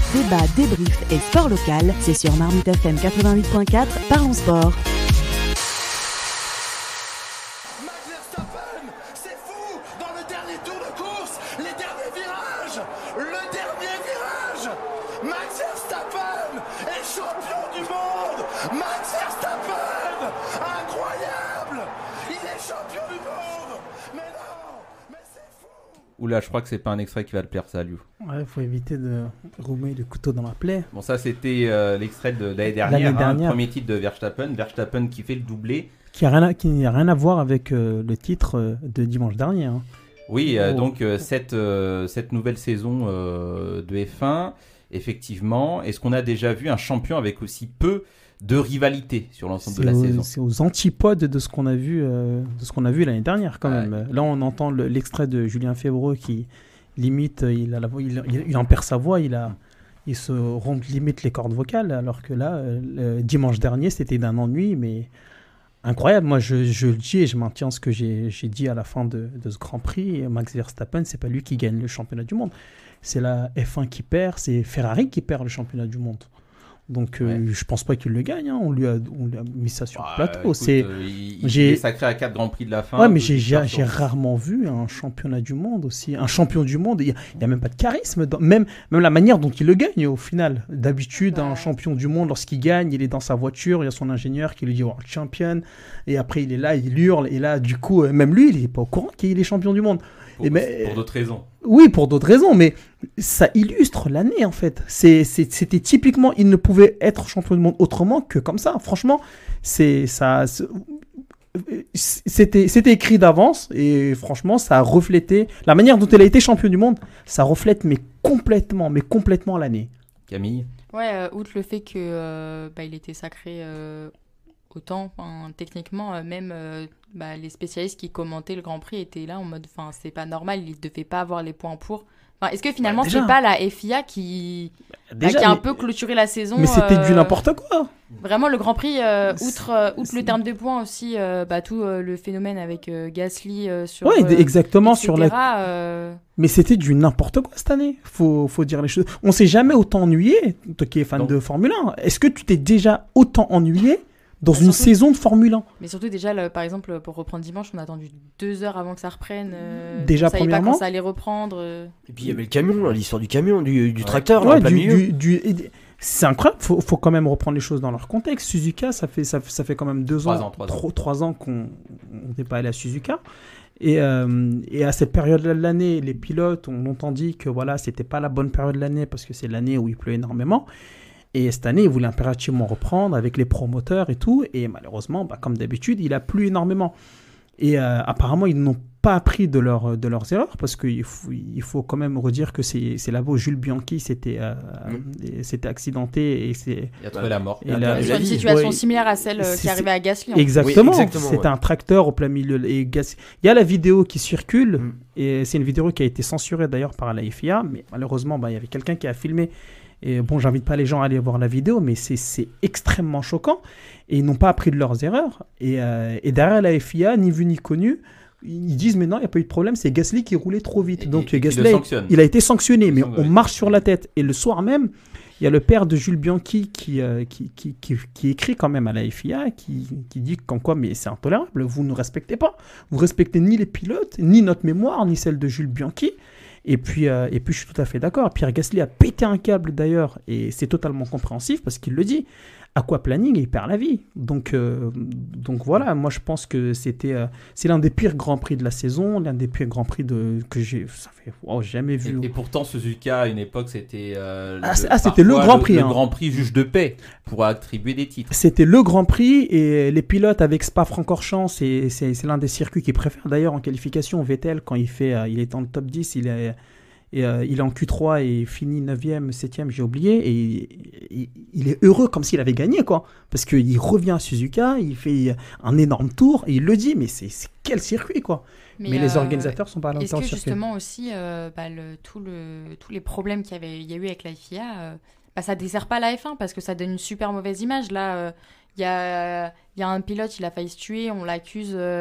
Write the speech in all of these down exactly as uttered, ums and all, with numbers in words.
Débat, débrief et sport local, c'est sur Marmite F M quatre-vingt-huit point quatre, parlons sport. Max Verstappen, c'est fou. Dans le dernier tour de course, les derniers virages, le dernier virage, Max Verstappen est champion du monde. Max Verstappen, incroyable. Il est champion du monde. Mais non, mais c'est fou. Oula, je crois que c'est pas un extrait qui va te plaire, ça, Liu. Ouais, faut éviter de remuer le couteau dans la plaie. Bon, ça, c'était euh, l'extrait de, de l'année dernière, L'année hein, dernière. le premier titre de Verstappen. Verstappen qui fait le doublé. Qui n'a rien, à- qui n'a rien à voir avec euh, le titre euh, de dimanche dernier. Hein. Oui, euh, Oh. donc euh, cette, euh, cette nouvelle saison euh, de F un, effectivement, est-ce qu'on a déjà vu un champion avec aussi peu de rivalité sur l'ensemble de C'est la aux, saison? c'est aux antipodes de ce qu'on a vu, euh, de ce qu'on a vu l'année dernière quand Ouais. même. Là, on entend le- l'extrait de Julien Févreux qui limite, euh, il, a la voix, il, il- il en perd sa voix, il a, il se rompt limite les cordes vocales, alors que là, euh, le dimanche dernier, c'était d'un ennui, mais incroyable. Moi, je, je le dis et je maintiens ce que j'ai j'ai dit à la fin de, de ce Grand Prix. Max Verstappen, c'est pas lui qui gagne le championnat du monde. C'est la F un qui perd, c'est Ferrari qui perd le championnat du monde. Donc, euh, Ouais. je pense pas qu'il le gagne. hein. On, lui a, on lui a mis ça sur Bah, le plateau. écoute, c'est... euh, il, il j'ai- est sacré à quatre Grands Prix de la fin. Ouais, mais deux j'ai, j'ai, victoires j'ai sur- rarement vu un championnat du monde aussi. Un champion du monde, il n'y a, a même pas de charisme. Dans, même, même la manière dont il le gagne au final. D'habitude, Ouais. un champion du monde, lorsqu'il gagne, il est dans sa voiture, il y a son ingénieur qui lui dit World Champion. Et après, il est là, il hurle. Et là, du coup, euh, même lui, il n'est pas au courant qu'il est champion du monde. Pour, Et ben, pour d'autres raisons. Oui, pour d'autres raisons, mais ça illustre l'année en fait. C'est, c'est- c'était typiquement, il ne pouvait être champion du monde autrement que comme ça. Franchement, c'est ça. c'est- C'était, c'était écrit d'avance et franchement, ça a reflété la manière dont il a été champion du monde. Ça reflète mais complètement, mais complètement l'année. Camille? Ouais, euh, outre le fait que euh, bah, il était sacré euh, autant, enfin, techniquement, euh, même euh, bah, les spécialistes qui commentaient le Grand Prix étaient là en mode, enfin, c'est pas normal, il devait pas avoir les points pour. Enfin, est-ce que finalement, Bah, déjà. c'est pas la F I A qui, bah, Déjà, qui a un mais- peu clôturé la saison mais c'était euh, du n'importe quoi. Vraiment, le Grand Prix, euh, C'est- outre, euh, outre c'est- le terme de points aussi, euh, bah, tout euh, le phénomène avec euh, Gasly euh, sur. Ouais, euh, exactement et cetera, sur la. euh, Mais c'était du n'importe quoi cette année. Faut, faut dire les choses. On s'est jamais autant ennuyé. Toi qui es fan Non. de Formule un, est-ce que tu t'es déjà autant ennuyé dans Bah, une surtout- saison de Formule un? Mais surtout, déjà, le- par exemple, pour reprendre dimanche, on a attendu deux heures avant que ça reprenne. euh, Déjà, on savait pas premièrement. quand ça allait reprendre. euh. Et puis il y avait le camion, là, l'histoire du camion, du, du tracteur, là, Ouais, en plein du, milieu. du- du- et- c'est incroyable. Faut, faut quand même reprendre les choses dans leur contexte. Suzuka, ça fait, ça, ça fait quand même deux Trois ans, ans, trois ans. tro- trois ans qu'on n'est pas allé à Suzuka. Et, euh, et à cette période-là de l'année, les pilotes ont longtemps dit que voilà, c'était pas la bonne période de l'année parce que c'est l'année où il pleut énormément. Et cette année, ils voulaient impérativement reprendre avec les promoteurs et tout. Et malheureusement, bah, comme d'habitude, il a plu énormément. Et euh, apparemment, ils n'ont pas appris de, leur, de leurs erreurs parce qu'il faut, il faut quand même redire que c'est, c'est là-bas où Jules Bianchi s'était, euh, et s'était accidenté. Et c'est, Il a trouvé la mort. et Ah, là- bah, Sur une vie, situation ouais, similaire à celle euh, c'est- qui arrivait à Gasly. en fait. Exactement, Oui, exactement, c'était ouais. un tracteur au plein milieu. Et Gas- il y a la vidéo qui circule, Mm. et c'est une vidéo qui a été censurée d'ailleurs par la F I A, mais malheureusement, bah, il y avait quelqu'un qui a filmé. Et bon, j'invite pas les gens à aller voir la vidéo, mais c'est, c'est extrêmement choquant. Et ils n'ont pas appris de leurs erreurs. Et, euh, et derrière la F I A, ni vu ni connu, ils disent mais non, il n'y a pas eu de problème, c'est Gasly qui roulait trop vite. Et- Donc et- et qui Gasly, le sanctionne. il a été sanctionné, Il mais sanctionne, on ouais. marche sur la tête. Et le soir même, il y a le père de Jules Bianchi qui, euh, qui, qui, qui, qui écrit quand même à la F I A, qui, qui dit qu'en quoi, mais c'est intolérable, vous ne respectez pas. Vous respectez ni les pilotes, ni notre mémoire, ni celle de Jules Bianchi. Et puis, euh, et puis je suis tout à fait d'accord. Pierre Gasly a pété un câble d'ailleurs, et c'est totalement compréhensif parce qu'il le dit. Aquaplaning, il perd la vie. Donc, euh, donc voilà, moi je pense que c'était, euh, c'est l'un des pires grands prix de la saison, l'un des pires grands prix de, que j'ai, ça fait wow, jamais vu. Et, et pourtant, Suzuka, à une époque, c'était euh, Ah, c'est- ah, c'était le parfois Grand Prix, Le, hein. Grand Prix juge de paix pour attribuer des titres. C'était le Grand Prix et les pilotes avec Spa-Francorchamps, c'est, c'est, c'est l'un des circuits qu'ils préfèrent. D'ailleurs, en qualification, Vettel, quand il, fait, euh, il est dans le top dix, il est, et, euh, il est en Q trois et finit neuvième, septième, j'ai oublié. Et il, il- il est heureux comme s'il avait gagné, quoi. Parce qu'il revient à Suzuka, il fait un énorme tour et il le dit, mais c'est, c'est quel circuit, quoi. Mais, les euh, organisateurs sont pas à Est-ce l'intérieur que du circuit. justement aussi, euh, bah, le, tout le, tous les problèmes qu'il y, avait, il y a eu avec la F I A, euh, bah, ça dessert pas la F un parce que ça donne une super mauvaise image. Là, euh, il y, a, il y a un pilote, il a failli se tuer, on l'accuse euh,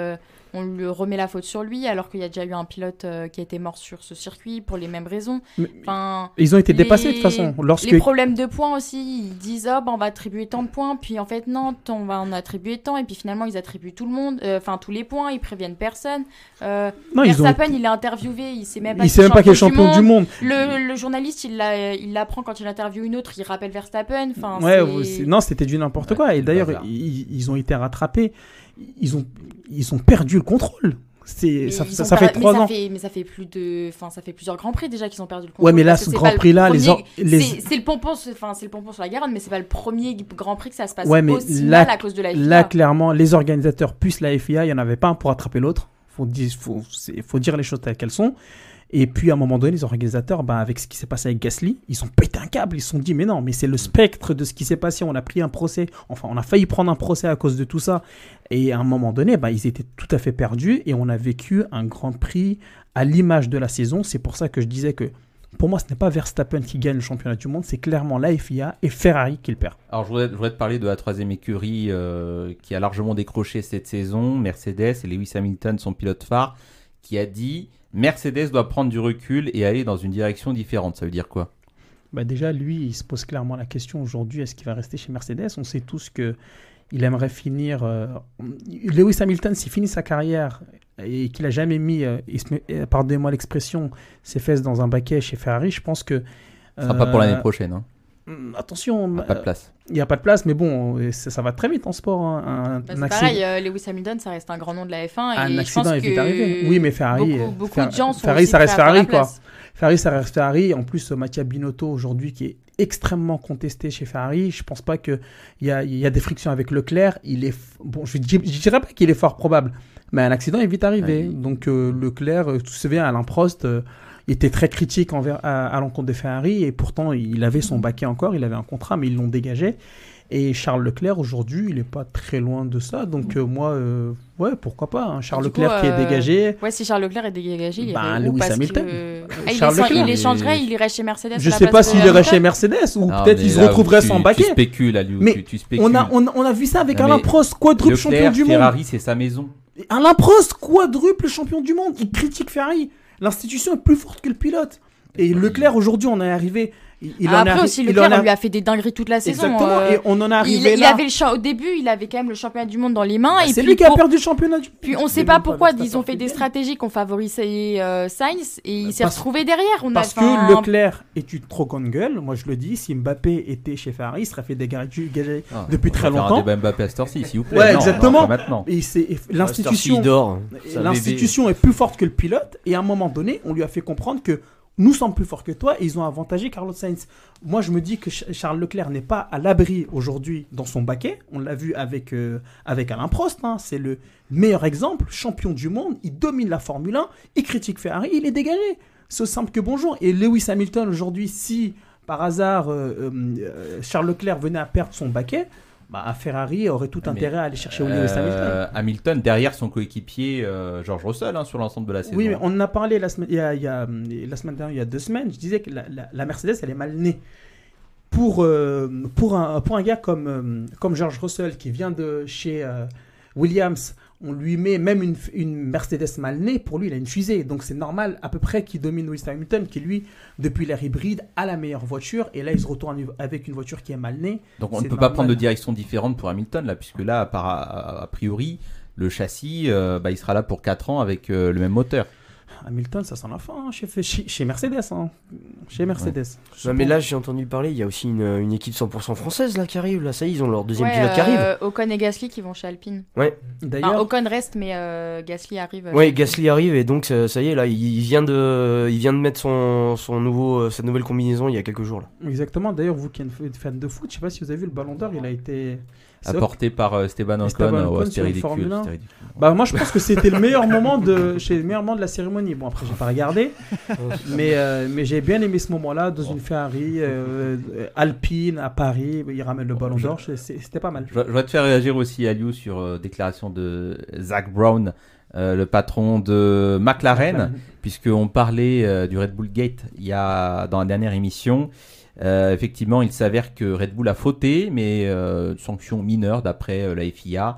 on lui remet la faute sur lui, alors qu'il y a déjà eu un pilote euh, qui a été mort sur ce circuit pour les mêmes raisons. Mais- Enfin, Ils ont été les- dépassés de toute façon. Lorsque... Les problèmes de points aussi, ils disent oh, bah, on va attribuer tant de points, puis en fait non, on va en attribuer tant, et puis finalement ils attribuent tout le monde, euh, enfin tous les points, ils préviennent personne. Euh, Non, ils ont Verstappen, il est interviewé, il sait même pas il qu'il sait même pas qu'il est champion du monde. Le, le journaliste, il l'a- il l'apprend quand il interviewe une autre, il rappelle Verstappen. Enfin, Ouais, c'est- ouais, c'est- non, c'était du n'importe Ouais, quoi. Et c'est d'ailleurs, bazar. ils, ils ont été rattrapés. Ils ont, ils ont perdu le contrôle. C'est, Mais ça, ils ça, ont ça per- fait trois mais ça ans. Fait, mais ça fait plus de, enfin ça fait plusieurs grands prix déjà qu'ils ont perdu le contrôle. Ouais, mais là, parce que ce c'est Grand pas le Prix-là, les, premier- or- les... c'est c'est le pompon, c'est- enfin c'est le pompon sur la Garonne, mais c'est pas le premier Grand Prix que ça se passe Ouais, mais aussi là- mal à cause de la F I A. là, clairement, les organisateurs plus la F I A, il n'y en avait pas un pour attraper l'autre. Faut dire, faut, c'est- faut dire les choses telles qu'elles sont. Et puis, à un moment donné, les organisateurs, bah, avec ce qui s'est passé avec Gasly, ils ont pété un câble. Ils se sont dit, mais non, mais c'est le spectre de ce qui s'est passé. On a pris un procès. Enfin, on a failli prendre un procès à cause de tout ça. Et à un moment donné, bah, ils étaient tout à fait perdus. Et on a vécu un Grand Prix à l'image de la saison. C'est pour ça que je disais que, pour moi, ce n'est pas Verstappen qui gagne le championnat du monde. C'est clairement la F I A et Ferrari qui le perd. Alors, je voudrais, je voudrais te parler de la troisième écurie euh, qui a largement décroché cette saison, Mercedes, et Lewis Hamilton, son pilote phare, qui a dit Mercedes doit prendre du recul et aller dans une direction différente. Ça veut dire quoi? Bah déjà, lui, il se pose clairement la question aujourd'hui, est-ce qu'il va rester chez Mercedes? On sait tous que il aimerait finir... euh, Lewis Hamilton, s'il finit sa carrière et qu'il a jamais mis, euh, il se met- euh, pardonnez-moi l'expression, ses fesses dans un baquet chez Ferrari, je pense que... Ce sera pas pour euh, l'année prochaine. Hein. hum, Attention, Pas de place. il n'y a pas de place, mais bon, euh, ça, ça va très vite en sport. hein. Un, Bah, un c'est accident, pareil, euh, Lewis Hamilton, ça reste un grand nom de la F un. un et je accident pense est vite que arrivé. Oui, mais Ferrari... beaucoup, euh, beaucoup Fer- de gens sont Ferrari, aussi ça reste prêts à faire Ferrari, la quoi. place. Ferrari, ça reste Ferrari. En plus, Mattia Binotto, aujourd'hui, qui est extrêmement contesté chez Ferrari. Je pense pas qu'il y a, il y a des frictions avec Leclerc. Il est, f- bon, je ne dirais pas qu'il est fort probable, mais un accident est vite arrivé. Ouais. Donc, euh, Leclerc, euh, tu te souviens, Alain Prost, euh, il était très critique envers, à, à l'encontre de Ferrari, et pourtant, il avait son baquet encore, il avait un contrat, mais ils l'ont dégagé. Et Charles Leclerc, aujourd'hui, il n'est pas très loin de ça. Donc, euh, moi, euh, ouais, pourquoi pas. hein. Charles Du coup, Leclerc qui est euh, dégagé. Ouais, si Charles Leclerc est dégagé, il Ben, irait où Lewis parce Hamilton. que- Ah, il, Charles les- Leclerc. il échangerait, il irait chez Mercedes. Je à la sais pas place de s'il irait Hamilton. chez Mercedes ou Non, peut-être mais il se là où retrouverait tu- sans Tu baquet. spécules, Aliou, Mais tu, tu spécules. On a, on, a, on a vu ça avec Non, Alain mais Prost, quadruple champion Leclerc, du monde. Ferrari, c'est sa maison. Alain Prost, quadruple champion du monde. Il critique Ferrari. L'institution est plus forte que le pilote. Et Leclerc, aujourd'hui, on est arrivé. Il, il Ah, en est après arri- aussi, il Leclerc, en a- on lui a fait des dingueries toute la saison. Exactement. euh, Et on en est il, arrivé il là. avait le champ- au début, il avait quand même le championnat du monde dans les mains. et C'est puis lui qui a pour- perdu le championnat du Puis on C'est sait pas même pourquoi Verstappen ils ont fait qui des gagne. stratégies qui ont favorisé euh, Sainz et il s'est Parce- retrouvé derrière. On Parce a, enfin, que Leclerc est une trop grande gueule. Moi, je le dis, si Mbappé était chez Ferrari, il serait fait dégager dégager Ah, depuis on va très faire un longtemps. débat Mbappé à cette heure-ci, s'il vous plaît. Ouais, Non, exactement. non, pas maintenant. Et c'est et Il l'institution. dort. Et C'est un L'institution est plus forte que le pilote, et à un moment donné, on lui a fait comprendre que nous sommes plus forts que toi, et ils ont avantagé Carlos Sainz. Moi, je me dis que Ch- Charles Leclerc n'est pas à l'abri aujourd'hui dans son baquet. On l'a vu avec, euh, avec Alain Prost, hein. C'est le meilleur exemple, champion du monde, il domine la Formule un, il critique Ferrari, il est dégagé. C'est aussi simple que bonjour. Et Lewis Hamilton, aujourd'hui, si par hasard euh, euh, Charles Leclerc venait à perdre son baquet, bah, Ferrari aurait tout Mais, intérêt à aller chercher Euh, Lewis Hamilton. Hamilton, derrière son coéquipier euh, George Russell hein, sur l'ensemble de la saison. Oui, mais on en a parlé la semaine, il y a, il y a, la semaine dernière, il y a deux semaines. Je disais que la, la- la Mercedes, elle est mal née. Pour, euh, pour, un, pour un gars comme, euh, comme George Russell, qui vient de chez euh, Williams, on lui met même une, une Mercedes mal née. Pour lui, il a une fusée. Donc c'est normal à peu près qu'il domine Lewis Hamilton, qui lui, depuis l'ère hybride, a la meilleure voiture. Et là, il se retourne avec une voiture qui est mal née. Donc on c'est ne peut normal. pas prendre de direction différente pour Hamilton, là, puisque là, par, a, a priori, le châssis, euh, bah, il sera là pour quatre ans avec euh, le même moteur. Hamilton, ça sent la fin hein, chez, chez, chez Mercedes. Hein. Chez Mercedes. Ouais, mais là, j'ai entendu parler, il y a aussi une, une équipe cent pour cent française là qui arrive. Là, ça y est, ils ont leur deuxième ouais, pilote qui arrive. euh, Ocon et Gasly qui vont chez Alpine. D'ailleurs, Enfin, Ocon reste, mais euh, Gasly arrive. euh, Ouais, chez- Gasly arrive et donc ça, ça y est, là, il il vient de, il vient de mettre son, son nouveau, euh, sa nouvelle combinaison il y a quelques jours là. exactement. D'ailleurs, vous qui êtes fan de foot, je sais pas si vous avez vu le Ballon d'Or, il a été c'est Apporté par euh, Esteban Ocon, Esteban euh, Ocon ouais, sur c'était une ridicule, Formule un. c'était ridicule. Bah moi je pense que c'était le meilleur moment de chez le meilleur moment de la cérémonie. Bon après j'ai pas regardé, mais euh, mais j'ai bien aimé ce moment-là dans une Ferrari euh, euh, Alpine à Paris. Il ramène le Ballon d'Or, c'est- c'est- c'était pas mal. Je, je vais te faire réagir aussi, Aliou, sur euh, déclaration de Zach Brown, euh, le patron de McLaren, puisqu'on parlait euh, du Red Bull Gate il y a, dans la dernière émission. Euh, effectivement, il s'avère que Red Bull a fauté, mais euh, sanction mineure d'après euh, la F I A.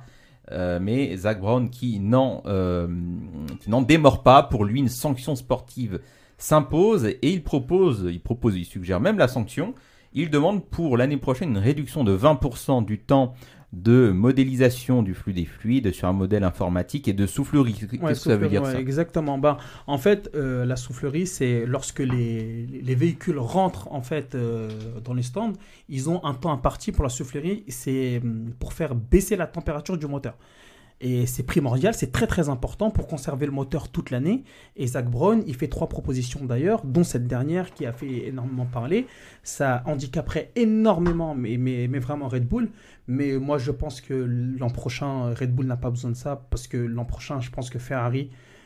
Euh, mais Zak Brown qui n'en, euh, qui n'en démord pas. Pour lui, une sanction sportive s'impose et il propose, il propose, il suggère même la sanction. Il demande pour l'année prochaine une réduction de vingt pour cent du temps de modélisation du flux des fluides sur un modèle informatique et de soufflerie. Qu'est-ce Ouais, que ça veut dire ouais, ça? Exactement. Ben, en fait, euh, la soufflerie, c'est lorsque les, les véhicules rentrent en fait euh, dans les stands, ils ont un temps imparti pour la soufflerie. C'est hum, pour faire baisser la température du moteur. Et c'est primordial, c'est très très important pour conserver le moteur toute l'année. Et Zak Brown, il fait trois propositions d'ailleurs, dont cette dernière qui a fait énormément parler. Ça handicaperait énormément, mais, mais, mais vraiment Red Bull. Mais moi je pense que l'an prochain, Red Bull n'a pas besoin de ça, parce que l'an prochain, je pense que Ferrari,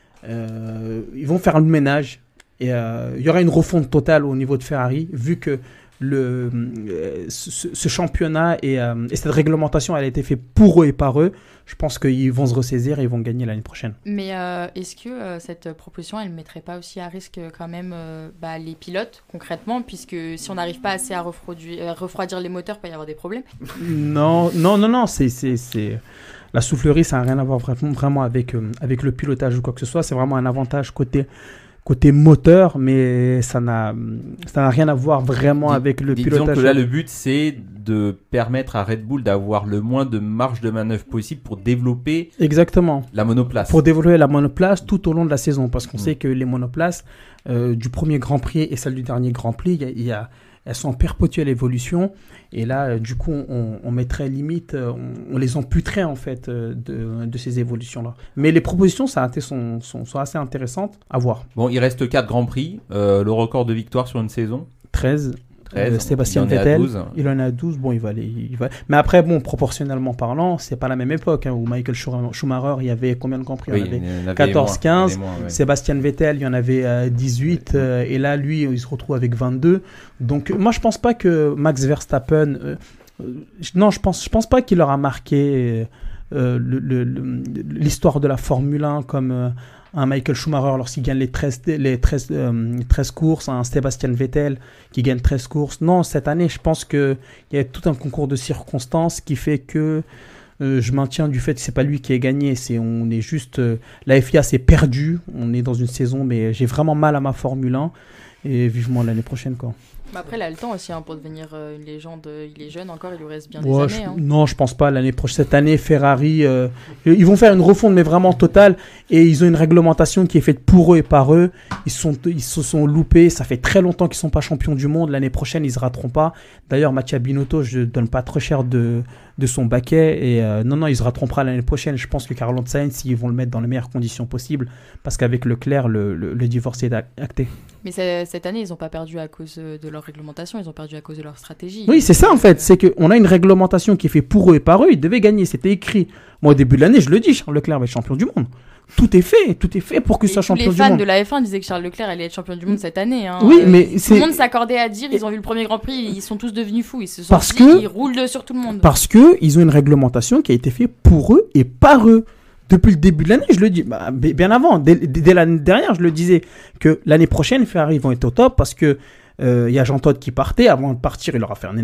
euh, ils vont faire le ménage. Et euh, il y aura une refonte totale au niveau de Ferrari, vu que le, euh, ce, ce championnat et, euh, et cette réglementation, elle a été faite pour eux et par eux. Je pense qu'ils vont se ressaisir et ils vont gagner l'année prochaine. Mais euh, est-ce que euh, cette proposition, elle ne mettrait pas aussi à risque euh, quand même euh, bah, les pilotes, concrètement, puisque si on n'arrive pas assez à refroidir, euh, refroidir les moteurs, il peut y avoir des problèmes? Non, non, non, non, c'est... c'est, c'est... La soufflerie, ça n'a rien à voir vraiment, vraiment avec, euh, avec le pilotage ou quoi que ce soit. C'est vraiment un avantage côté... côté moteur, mais ça n'a, ça n'a rien à voir vraiment Dis- avec le Disons pilotage. que là, le but, c'est de permettre à Red Bull d'avoir le moins de marge de manœuvre possible pour développer Exactement. la monoplace. Pour développer la monoplace tout au long de la saison, parce qu'on Mm. sait que les monoplaces euh, du premier Grand Prix et celle du dernier Grand Prix, il y a, il y a- elles sont en perpétuelle évolution. Et là, euh, du coup, on, on mettrait limite, euh, on, on les amputerait en fait euh, de, de ces évolutions-là. Mais les propositions, ça a été, sont, sont, sont assez intéressantes à voir. Bon, il reste quatre Grands Prix. Euh, le record de victoire sur une saison, treize. treize. Euh, Sébastien Il en est à Vettel, douze. il en a douze. Bon, il va aller. Il va... Mais après, bon, proportionnellement parlant, c'est pas la même époque. Hein, où Michael Schum- Schumacher, il y avait combien de Grands Prix? Il y en Oui, avait il y en avait quatorze, moins, quinze. il y en avait moins, ouais. Sébastien Vettel, il y en avait euh, dix-huit. euh, et là, lui, il se retrouve avec vingt-deux. Donc, euh, moi, je pense pas que Max Verstappen. euh, euh, non, je pense, je pense pas qu'il aura marqué euh, le- le- le- l'histoire de la Formule un comme. euh, un Michael Schumacher lorsqu'il gagne les treize, les treize, euh, treize courses, un Sébastien Vettel qui gagne treize courses. Non, cette année, je pense qu'il y a tout un concours de circonstances qui fait que euh, je maintiens du fait que c'est pas lui qui a gagné. C'est, on est juste, euh, la F I A s'est perdue. On est dans une saison, mais j'ai vraiment mal à ma Formule un et vivement l'année prochaine, quoi. Bah après, il a le temps aussi hein, pour devenir euh, une légende. Il est jeune encore, il lui reste bien des Ouais, années. je- hein. Non, je pense pas. L'année prochaine, cette année, Ferrari, euh, ils vont faire une refonte, mais vraiment totale. Et ils ont une réglementation qui est faite pour eux et par eux. Ils, sont, ils se sont loupés. Ça fait très longtemps qu'ils sont pas champions du monde. L'année prochaine, ils se rateront pas. D'ailleurs, Mattia Binotto, je donne pas trop cher de, de son baquet. Et euh, non, non, ils se rateront pas l'année prochaine. Je pense que Carlos Sainz, ils vont le mettre dans les meilleures conditions possibles. Parce qu'avec Leclerc, le, le, le divorce est acté. Mais c'est- cette année, ils n'ont pas perdu à cause euh, de leur réglementation, ils ont perdu à cause de leur stratégie. Oui, c'est ça en fait. C'est qu'on a une réglementation qui est faite pour eux et par eux. Ils devaient gagner. C'était écrit. Moi, au début de l'année, je le dis, Charles Leclerc va être champion du monde. Tout est fait. Tout est fait pour qu'il Et soit tous champion les du fans monde. de la F un disaient que Charles Leclerc allait être champion du monde cette année. hein. Oui, Euh, mais tout c'est- le monde s'accordait à dire, ils ont vu le premier Grand Prix, ils sont tous devenus fous. Ils se sont Parce dit, que- ils roulent de- sur tout le monde. Parce que ils ont une réglementation qui a été faite pour eux et par eux. Depuis le début de l'année, je le dis, bah, b- bien avant, dès, dès- dès l'année dernière, je le disais, que l'année prochaine, Ferrari vont être au top parce que euh, il y a Jean Todt qui partait. Avant de partir, il leur a fait un